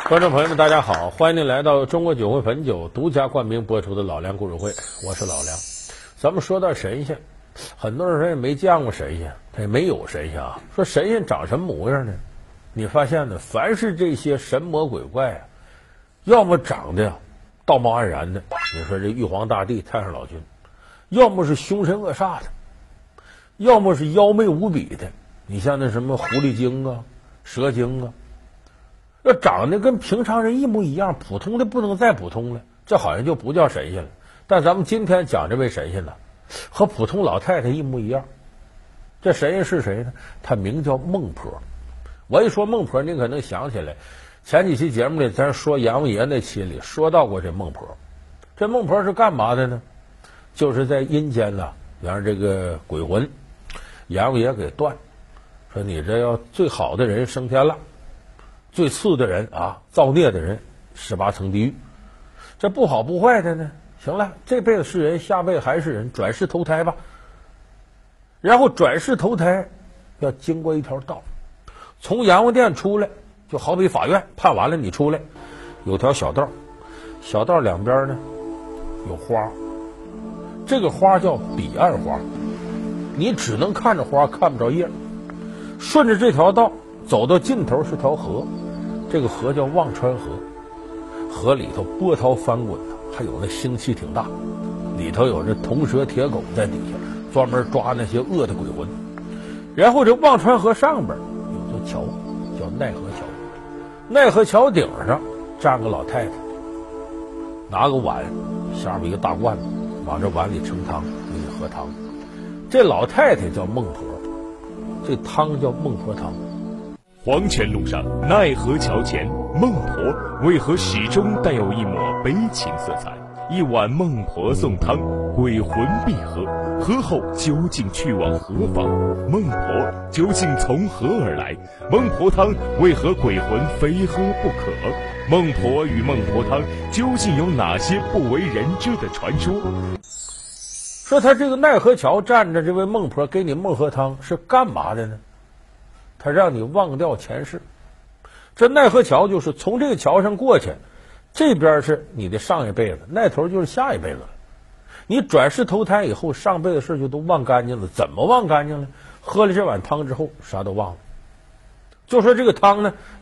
观众朋友们，大家好，欢迎您来到中国酒会汾酒独家冠名播出的老梁故事会，我是老梁。咱们说到神仙，很多人也没见过神仙，他也没有神仙啊。说神仙长什么模样呢？你发现呢，凡是这些神魔鬼怪啊，要么长得道貌岸然的，你说这玉皇大帝、太上老君，要么是凶神恶煞的，要么是妖媚无比的。你像那什么狐狸精啊、蛇精啊，要长得跟平常人一模一样，普通的不能再普通了，这好像就不叫神仙了。但咱们今天讲这位神仙呢，和普通老太太一模一样。这神仙是谁呢？他名叫孟婆。我一说孟婆，你可能想起来，前几期节目里咱说阎王爷那期里说到过这孟婆。这孟婆是干嘛的呢？就是在阴间呢，让这个鬼魂阎王爷给断，说你这要最好的人升天了，最次的人啊，造孽的人18层地狱。这不好不坏的呢，行了，这辈子是人，下辈子还是人，转世投胎吧。然后转世投胎要经过一条道，从阎王殿出来，就好比法院判完了你出来，有条小道，小道两边呢有花，这个花叫彼岸花，你只能看着花，看不着叶。顺着这条道走到尽头是条河，这个河叫忘川河，河里头波涛翻滚，还有那腥气挺大，里头有这铜蛇铁狗在底下专门抓那些恶的鬼魂。然后这忘川河上边有座桥叫奈何桥，奈何桥顶上站个老太太，拿个碗，下面一个大罐子，往这碗里盛汤，给你喝汤。这老太太叫孟婆，这汤叫孟婆汤。 黄泉路上，奈何桥前，孟婆为何始终带有一抹悲情色彩？一碗孟婆送汤，鬼魂闭合，喝后究竟去往何方？孟婆究竟从何而来？孟婆汤为何鬼魂非喝不可？孟婆与孟婆汤究竟有哪些不为人知的传说？ 说他这个奈何桥站着这位孟婆给你孟喝汤是干嘛的呢？他让你忘掉前世。这奈何桥就是从这个桥上过去，这边是你的上一辈子，那头就是下一辈子了。你转世投胎以后，上辈子事就都忘干净了。怎么忘干净了？喝了这碗汤之后啥都忘了。就说这个汤呢，